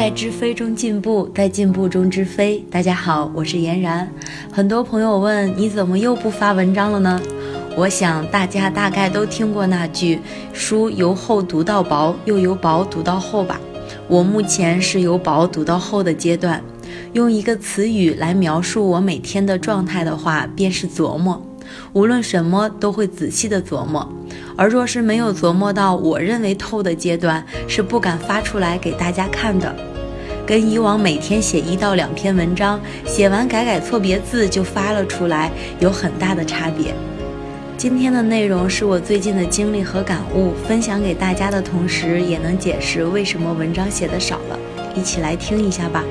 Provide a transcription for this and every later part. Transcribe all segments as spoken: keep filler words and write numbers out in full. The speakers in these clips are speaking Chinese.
在知飞中进步，在进步中知飞。大家好，我是嫣然。很多朋友问你怎么又不发文章了呢？我想大家大概都听过那句书由厚读到薄，又由薄读到厚吧。我目前是由薄读到厚的阶段，用一个词语来描述我每天的状态的话，便是琢磨。无论什么都会仔细的琢磨，而若是没有琢磨到我认为透的阶段，是不敢发出来给大家看的。跟以往每天写一到两篇文章，写完改改错别字就发了出来，有很大的差别。今天的内容是我最近的经历和感悟，分享给大家的同时，也能解释为什么文章写得少了。一起来听一下吧。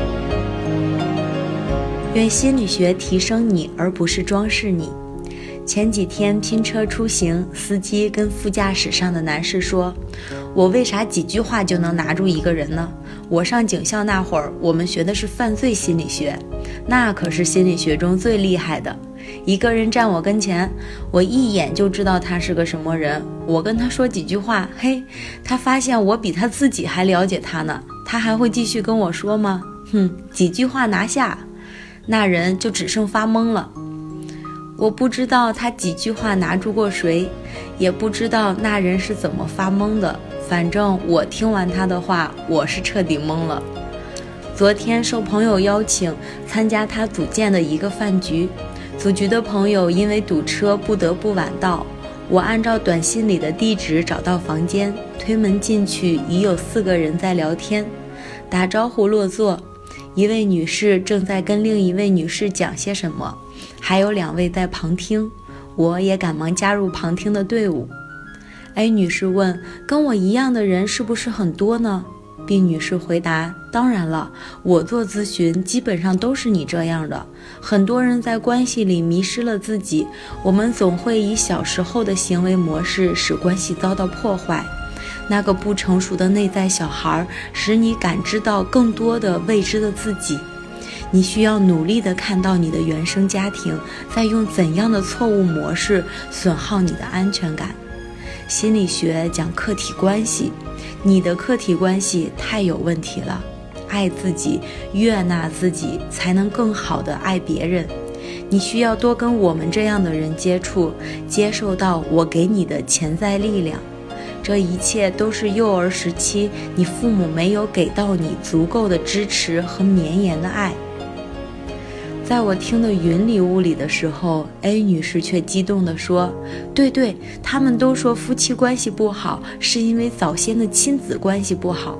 愿心理学提升你，而不是装饰你。前几天拼车出行，司机跟副驾驶上的男士说，我为啥几句话就能拿住一个人呢？我上警校那会儿，我们学的是犯罪心理学，那可是心理学中最厉害的。一个人站我跟前，我一眼就知道他是个什么人，我跟他说几句话，嘿，他发现我比他自己还了解他呢，他还会继续跟我说吗？哼，几句话拿下，那人就只剩发懵了。我不知道他几句话拿住过谁，也不知道那人是怎么发懵的，反正我听完他的话，我是彻底懵了。昨天受朋友邀请参加他组建的一个饭局，组局的朋友因为堵车不得不晚到，我按照短信里的地址找到房间，推门进去，已有四个人在聊天，打招呼落座，一位女士正在跟另一位女士讲些什么，还有两位在旁听，我也赶忙加入旁听的队伍。A 女士问，跟我一样的人是不是很多呢？ B 女士回答，当然了，我做咨询基本上都是你这样的，很多人在关系里迷失了自己，我们总会以小时候的行为模式使关系遭到破坏，那个不成熟的内在小孩使你感知到更多的未知的自己。你需要努力地看到你的原生家庭在用怎样的错误模式损耗你的安全感。心理学讲客体关系，你的客体关系太有问题了。爱自己，悦纳自己，才能更好地爱别人。你需要多跟我们这样的人接触，接受到我给你的潜在力量。这一切都是幼儿时期你父母没有给到你足够的支持和绵延的爱。在我听得云里雾里的时候， A 女士却激动地说，对对，他们都说夫妻关系不好是因为早先的亲子关系不好。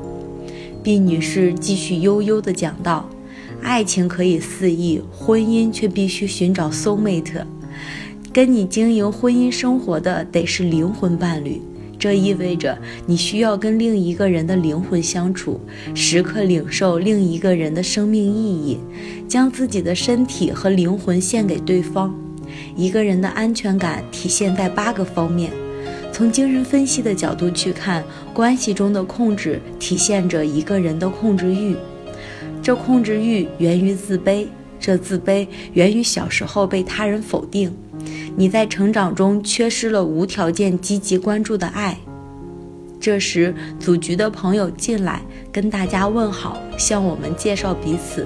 B 女士继续悠悠地讲道，爱情可以肆意，婚姻却必须寻找 soulmate， 跟你经营婚姻生活的得是灵魂伴侣，这意味着你需要跟另一个人的灵魂相处，时刻领受另一个人的生命意义，将自己的身体和灵魂献给对方。一个人的安全感体现在八个方面，从精神分析的角度去看，关系中的控制体现着一个人的控制欲，这控制欲源于自卑，这自卑源于小时候被他人否定，你在成长中缺失了无条件积极关注的爱。这时组局的朋友进来跟大家问好，向我们介绍彼此。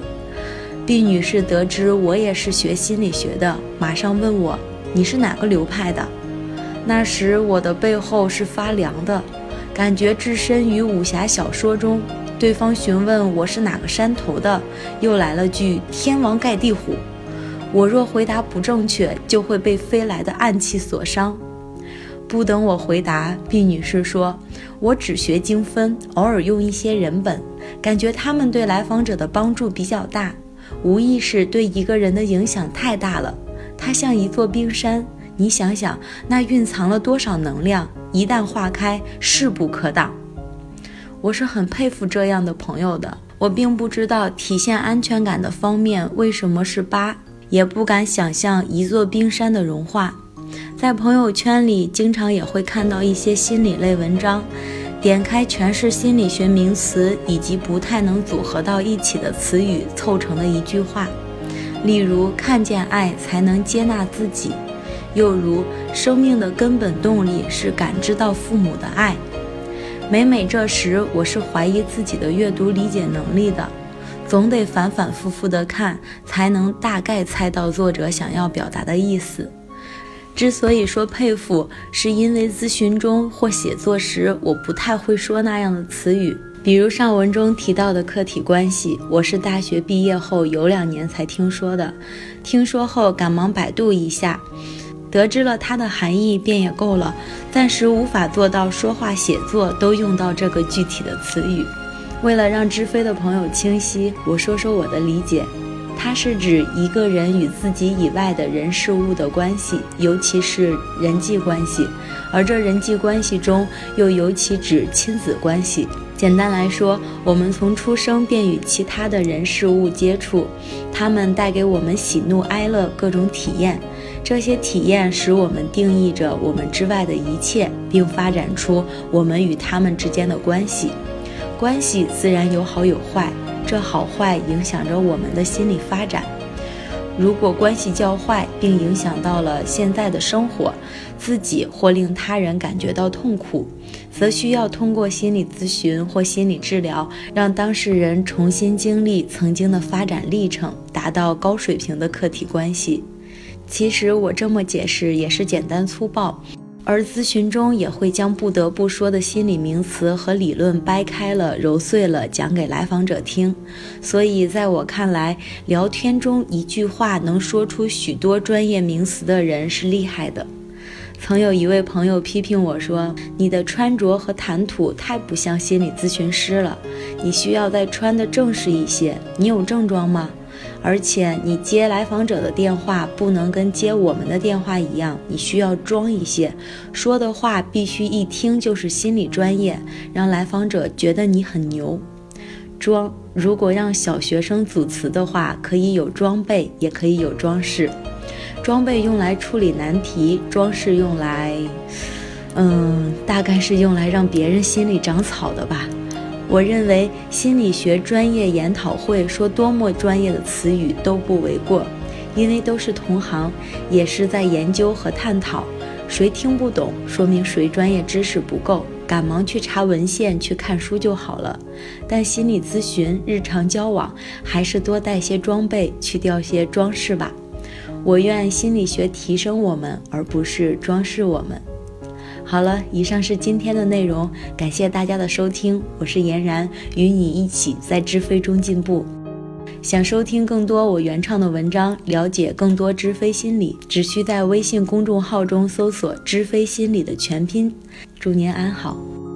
B 女士得知我也是学心理学的，马上问我，你是哪个流派的？那时我的背后是发凉的，感觉置身于武侠小说中。对方询问我是哪个山头的，又来了句天王盖地虎，我若回答不正确，就会被飞来的暗器所伤。不等我回答， B 女士说，我只学精分，偶尔用一些人本，感觉他们对来访者的帮助比较大，无意识对一个人的影响太大了，它像一座冰山，你想想那蕴藏了多少能量，一旦化开，势不可挡。我是很佩服这样的朋友的，我并不知道体现安全感的方面为什么是八，也不敢想象一座冰山的融化。在朋友圈里经常也会看到一些心理类文章，点开全是心理学名词以及不太能组合到一起的词语凑成的一句话，例如看见爱才能接纳自己，又如生命的根本动力是感知到父母的爱。 每每这时，我是怀疑自己的阅读理解能力的，总得反反复复地看，才能大概猜到作者想要表达的意思。之所以说佩服，是因为咨询中或写作时，我不太会说那样的词语。比如上文中提到的客体关系，我是大学毕业后有两年才听说的，听说后赶忙百度一下，得知了它的含义便也够了，暂时无法做到说话写作都用到这个具体的词语。为了让知飞的朋友清晰，我说说我的理解。它是指一个人与自己以外的人事物的关系，尤其是人际关系，而这人际关系中又尤其指亲子关系。简单来说，我们从出生便与其他的人事物接触，他们带给我们喜怒哀乐各种体验，这些体验使我们定义着我们之外的一切，并发展出我们与他们之间的关系。关系自然有好有坏，这好坏影响着我们的心理发展。如果关系较坏，并影响到了现在的生活，自己或令他人感觉到痛苦，则需要通过心理咨询或心理治疗，让当事人重新经历曾经的发展历程，达到高水平的客体关系。其实我这么解释也是简单粗暴，而咨询中也会将不得不说的心理名词和理论掰开了揉碎了讲给来访者听，所以在我看来，聊天中一句话能说出许多专业名词的人是厉害的。曾有一位朋友批评我说，你的穿着和谈吐太不像心理咨询师了，你需要再穿得正式一些，你有正装吗？而且你接来访者的电话不能跟接我们的电话一样，你需要装一些，说的话必须一听就是心理专业，让来访者觉得你很牛。装，如果让小学生组词的话，可以有装备，也可以有装饰。装备用来处理难题，装饰用来嗯，大概是用来让别人心里长草的吧。我认为心理学专业研讨会说多么专业的词语都不为过，因为都是同行，也是在研究和探讨，谁听不懂，说明谁专业知识不够，赶忙去查文献去看书就好了。但心理咨询日常交往还是多带些装备，去掉些装饰吧。我愿心理学提升我们，而不是装饰我们。好了，以上是今天的内容，感谢大家的收听，我是嫣然，与你一起在知飞中进步。想收听更多我原创的文章，了解更多知飞心理，只需在微信公众号中搜索知飞心理的全拼。祝您安好。